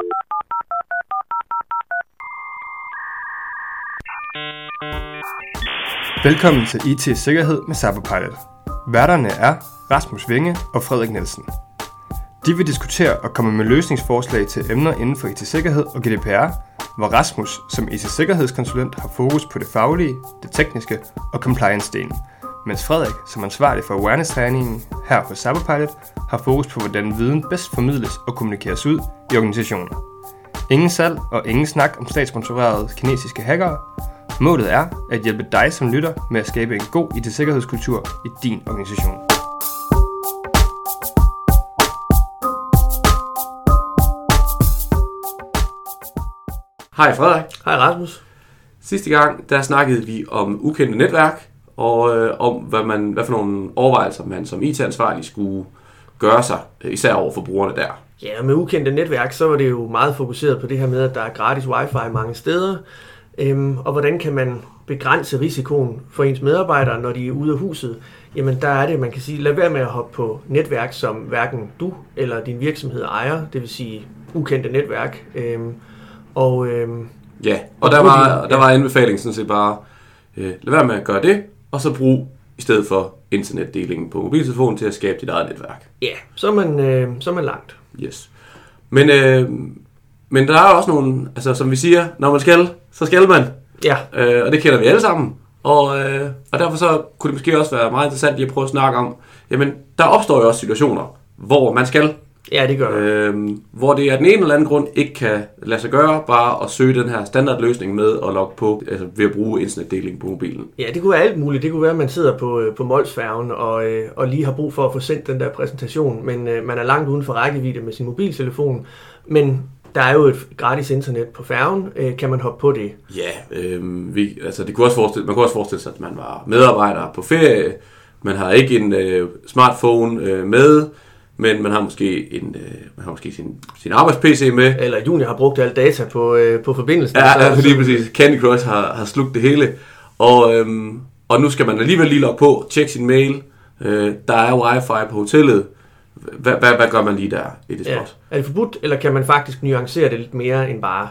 Velkommen til IT Sikkerhed med Cyberpilot. Værterne er Rasmus Winge og Frederik Nielsen. De vil diskutere og komme med løsningsforslag til emner inden for IT-sikkerhed og GDPR, hvor Rasmus som IT-sikkerhedskonsulent har fokus på det faglige, det tekniske og compliance-delen, mens Frederik som ansvarlig for awareness-træningen her hos Cyberpilot har fokus på, hvordan viden bedst formidles og kommunikeres ud i organisationen. Ingen salg og ingen snak om statssponsorerede kinesiske hackere. Målet er at hjælpe dig som lytter med at skabe en god IT-sikkerhedskultur i din organisation. Hej Frederik. Hej Rasmus. Sidste gang, der snakkede vi om ukendte netværk, og om hvad for nogle overvejelser man som IT-ansvarlig skulle gøre sig, især over for brugerne der. Ja, med ukendte netværk, så var det jo meget fokuseret på det her med, at der er gratis wifi mange steder, og hvordan kan man begrænse risikoen for ens medarbejdere, når de er ude af huset. Jamen der er det, man kan sige, lad være med at hoppe på netværk, som hverken du eller din virksomhed ejer, det vil sige ukendte netværk. Og der var anbefalingen sådan set bare, lad være med at gøre det, og så brug i stedet for internetdelingen på mobiltelefonen til at skabe dit eget netværk. Ja, så er man langt. Yes. Men der er også nogle, altså som vi siger, når man skal, så skal man. Ja. Og det kender vi alle sammen. Og derfor så kunne det måske også være meget interessant lige at prøve at snakke om, jamen der opstår jo også situationer, hvor man skal. Ja, det gør det. Hvor det af den ene eller anden grund ikke kan lade sig gøre bare at søge den her standardløsning med at logge på, altså ved at bruge internetdeling på mobilen. Ja, det kunne være alt muligt. Det kunne være, at man sidder på Molsfærgen og lige har brug for at få sendt den der præsentation, men man er langt uden for rækkevidde med sin mobiltelefon. Men der er jo et gratis internet på færgen. Kan man hoppe på det? Ja, det kunne også man kunne også forestille sig, at man var medarbejder på ferie. Man har ikke en smartphone med, men man har måske sin arbejds-PC med. Eller Junior har brugt alt data på forbindelsen. Ja, lige præcis. Candy Crush har slugt det hele. Og nu skal man alligevel lige logge på, tjekke sin mail. Der er wifi på hotellet. Hvad gør man lige der i det spot? Ja. Er det forbudt, eller kan man faktisk nuancere det lidt mere end bare,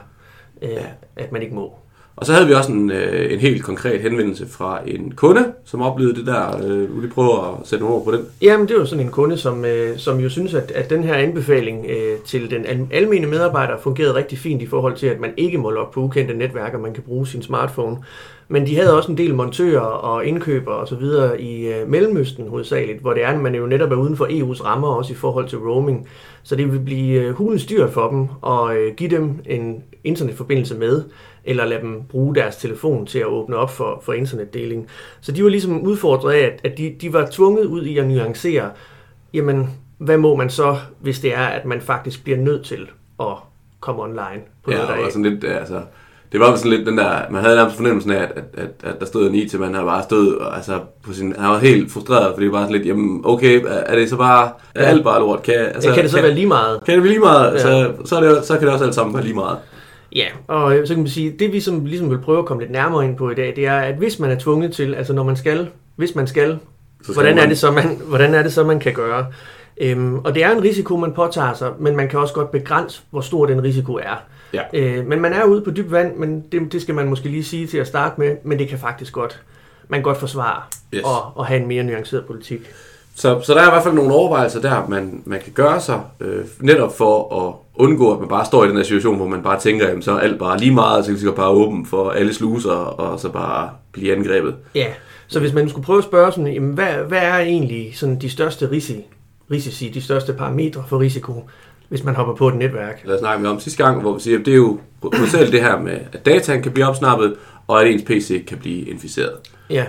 at man ikke må? Og så havde vi også en helt konkret henvendelse fra en kunde, som oplevede det der. Vil lige prøve at sætte nogle ord på den? Jamen, det var sådan en kunde, som jo synes, at den her anbefaling til den almene medarbejder fungerede rigtig fint i forhold til, at man ikke må logge på ukendte netværk, og man kan bruge sin smartphone. Men de havde også en del montører og indkøbere og så videre i Mellemøsten hovedsageligt, hvor det er, at man jo netop er uden for EU's rammer, også i forhold til roaming. Så det vil blive hulens dyrt for dem at give dem en internetforbindelse med, eller lade dem bruge deres telefon til at åbne op for internetdeling. Så de var ligesom udfordret af, at de var tvunget ud i at nuancere, jamen, hvad må man så, hvis det er, at man faktisk bliver nødt til at komme online på noget, der er sådan lidt, altså, det var sådan lidt den der, man havde nærmest fornemmelsen af, at der stod en IT-mand, han bare stod, altså, han var helt frustreret, fordi det var sådan lidt, jamen, okay, er det så bare, er alt bare lort? Kan det så være lige meget? Kan det være lige meget? Ja. Så kan det også alt sammen være lige meget. Ja, og så kan man sige, det vi som ligesom vil prøve at komme lidt nærmere ind på i dag, det er, at hvis man er tvunget til, altså når man skal, hvis man skal, hvordan er det så, man kan gøre? Og det er en risiko, man påtager sig, men man kan også godt begrænse, hvor stor den risiko er. Ja. Men man er ude på dyb vand, men det skal man måske lige sige til at starte med, men det kan faktisk godt, man kan godt forsvare og have en mere nuanceret politik. Så der er i hvert fald nogle overvejelser der, man kan gøre sig, netop for at undgå, at man bare står i den her situation, hvor man bare tænker, jamen så er alt bare lige meget, så kan vi bare åbne for alle sluser, og så bare blive angrebet. Ja, så hvis man skulle prøve at spørge sådan, jamen, hvad er egentlig sådan de største risici, de største parametre for risiko, hvis man hopper på et netværk? Lad os snakke om sidste gang, hvor vi siger, at det er jo selv det her med, at dataen kan blive opsnappet, og at ens PC kan blive inficeret. Ja.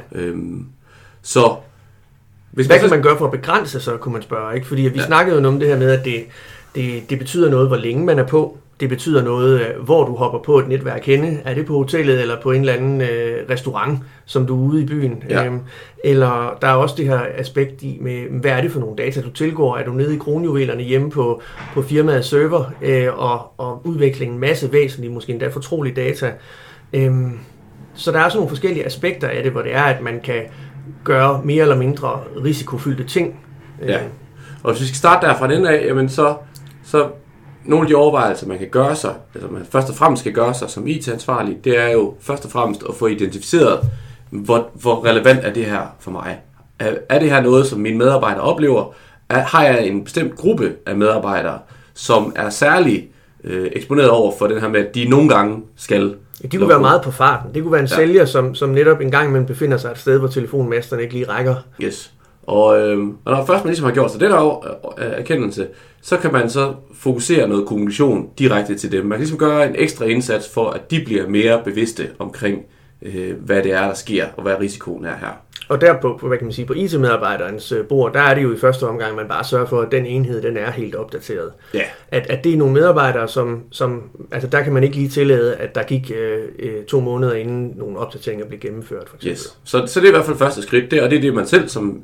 Så hvad kan man gøre for at begrænse, så kunne man spørge, ikke? Fordi vi snakkede jo om det her med, at det betyder noget, hvor længe man er på. Det betyder noget, hvor du hopper på et netværk henne. Er det på hotellet eller på en eller anden restaurant, som du er ude i byen? Ja. Eller der er også det her aspekt i, med, hvad er det for nogle data, du tilgår? Er du nede i kronjuvelerne hjemme på firmaets server og udvikle en masse væsentlige, måske endda fortrolige data? Så der er sådan nogle forskellige aspekter af det, hvor det er, at man kan gøre mere eller mindre risikofyldte ting. Ja, og hvis vi skal starte der fra den af, jamen så nogle af de overvejelser, man kan gøre sig, altså man først og fremmest skal gøre sig som IT-ansvarlig, det er jo først og fremmest at få identificeret, hvor relevant er det her for mig. Er det her noget, som mine medarbejdere oplever? Har jeg en bestemt gruppe af medarbejdere, som er særlig eksponeret over for den her med, at de nogle gange skal... De kunne være meget på farten. Det kunne være en sælger, som netop en gang imellem befinder sig et sted, hvor telefonmasteren ikke lige rækker. Yes. Og når først man ligesom har gjort sig det der erkendelse, så kan man så fokusere noget kommunikation direkte til dem. Man kan ligesom gøre en ekstra indsats for, at de bliver mere bevidste omkring, hvad det er, der sker, og hvad risikoen er her. Og der på, hvad kan man sige, på IT-medarbejderens bord, der er det jo i første omgang, man bare sørger for, at den enhed, den er helt opdateret. Ja. At det er nogle medarbejdere, som altså der kan man ikke lige tillade, at der gik 2 måneder inden nogle opdateringer blev gennemført, for eksempel. Yes. Så det er i hvert fald første skridt, og det er det, man selv som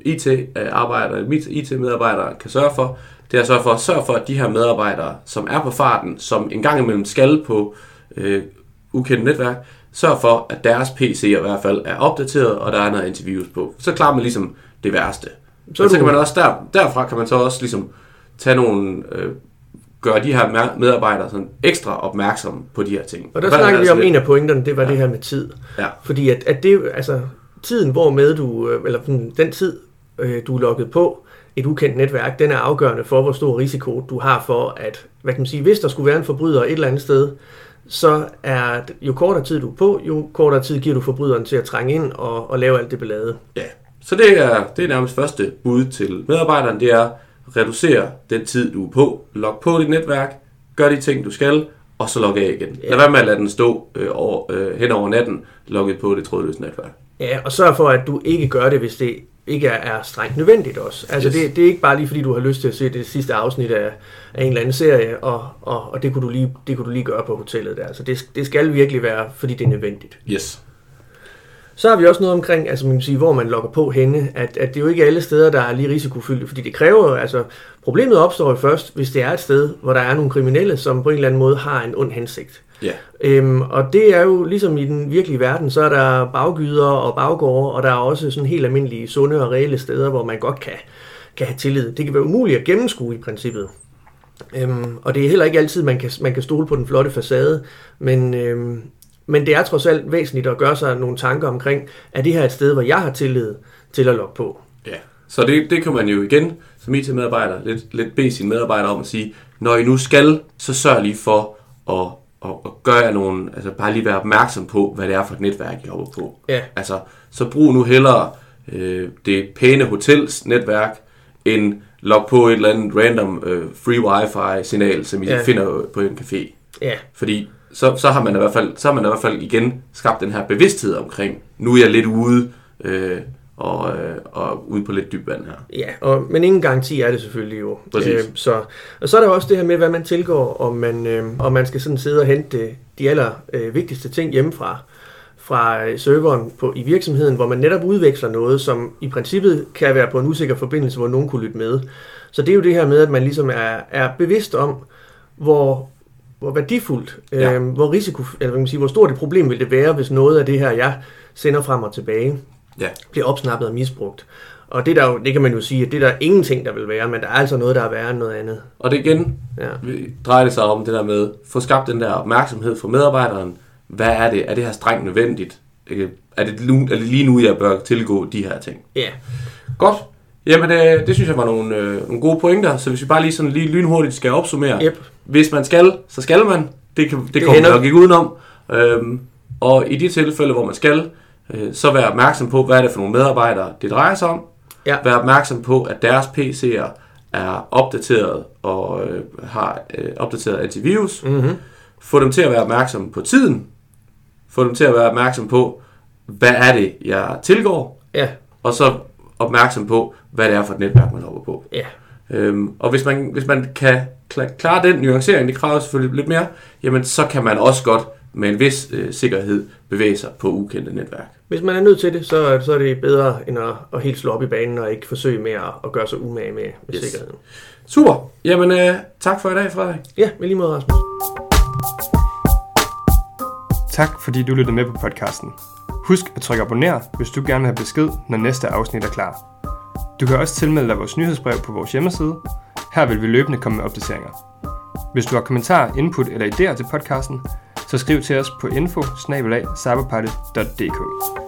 IT-medarbejder kan sørge for. Det er at sørge for, at de her medarbejdere, som er på farten, som en gang imellem skal på ukendt netværk, sørg for, at deres PC i hvert fald er opdateret, og der er noget interviews på. Så klarer man ligesom det værste. Så kan man også derfra kan man så også ligesom tage nogle, gøre de her medarbejdere sådan ekstra opmærksomme på de her ting. Og der snakker vi om en af pointerne, det var det her med tid. Ja. Fordi at det, altså tiden, hvormed du, eller den tid, du er logget på et ukendt netværk, den er afgørende for, hvor stor risiko du har for, at, hvad kan man sige, hvis der skulle være en forbryder et eller andet sted, så er jo kortere tid du er på, jo kortere tid giver du forbryderen til at trænge ind og lave alt det ballade. Ja, så det er nærmest første bud til medarbejderen, det er at reducere den tid du er på, log på dit netværk, gør de ting du skal, og så log af igen. Ja. Lad være med at lade den stå hen over natten, logget på det trådløse netværk. Ja, og sørg for, at du ikke gør det, hvis det ikke er strengt nødvendigt også. Altså yes. det er ikke bare lige fordi, du har lyst til at se det sidste afsnit af en eller anden serie, og det kunne du lige gøre på hotellet der. Altså det skal virkelig være, fordi det er nødvendigt. Yes. Så har vi også noget omkring, altså man kan sige, hvor man logger på henne, at det er jo ikke alle steder, der er lige risikofyldte, fordi det kræver altså problemet opstår jo først, hvis det er et sted, hvor der er nogle kriminelle, som på en eller anden måde har en ond hensigt. Yeah. Og det er jo ligesom i den virkelige verden, så er der baggyder og baggårde, og der er også sådan helt almindelige, sunde og reelle steder, hvor man godt kan have tillid. Det kan være umuligt at gennemskue i princippet. Og det er heller ikke altid, man kan stole på den flotte facade, men det er trods alt væsentligt at gøre sig nogle tanker omkring, er det her et sted, hvor jeg har tillid til at logge på? Ja, så det kan man jo igen som IT-medarbejder lidt bede sine medarbejdere om at sige, når I nu skal, så sørg lige for at gøre jer nogle, altså bare lige være opmærksom på, hvad det er for et netværk, I hopper på. Ja. Altså, så brug nu hellere det pæne hotels netværk, end log på et eller andet random free wifi-signal, som I finder på en café. Ja. Fordi så har man i hvert fald igen skabt den her bevidsthed omkring, nu er jeg lidt ude og ude på lidt dyb vand her. Ja, men ingen garanti er det selvfølgelig jo. Så er der jo også det her med, hvad man tilgår, om man skal sådan sidde og hente de aller vigtigste ting hjemmefra fra serveren i virksomheden, hvor man netop udveksler noget, som i princippet kan være på en usikker forbindelse, hvor nogen kunne lytte med. Så det er jo det her med, at man ligesom er bevidst om, hvor værdifuldt, hvor risiko, eller hvad man siger, hvor stort et problem vil det være, hvis noget af det her, jeg sender frem og tilbage, bliver opsnappet og misbrugt. Og det kan man jo sige, at det der er ingenting, der vil være, men der er altså noget, der er værre end noget andet. Og det igen drejer det sig om det der med, få skabt den der opmærksomhed fra medarbejderen. Hvad er det? Er det her strengt nødvendigt? Er det lige nu, jeg bør tilgå de her ting? Ja. Godt. Jamen, det synes jeg var nogle gode pointer, så hvis vi bare lige lynhurtigt skal opsummere. Hvis man skal, så skal man. Det kommer nok ikke udenom. Og i de tilfælde, hvor man skal, så vær opmærksom på, hvad er det for nogle medarbejdere, det drejer sig om. Ja. Vær opmærksom på, at deres PC'er er opdateret og har opdateret antivirus. Mm-hmm. Få dem til at være opmærksom på tiden. Få dem til at være opmærksom på, hvad er det, jeg tilgår. Ja. Og så opmærksom på, hvad det er for et netværk, man hopper på. Ja. Og hvis man kan klare den nuancering, det kræver selvfølgelig lidt mere, jamen så kan man også godt med en vis sikkerhed bevæge sig på ukendte netværk. Hvis man er nødt til det, så er det bedre end at helt slå op i banen og ikke forsøge med at gøre sig umage med sikkerheden. Super. Jamen tak for i dag, Frederik. Ja, med lige måde, Rasmus. Tak fordi du lyttede med på podcasten. Husk at trykke abonner, hvis du gerne vil have besked, når næste afsnit er klar. Du kan også tilmelde dig vores nyhedsbrev på vores hjemmeside. Her vil vi løbende komme med opdateringer. Hvis du har kommentarer, input eller idéer til podcasten, så skriv til os på info@cyberpilot.dk.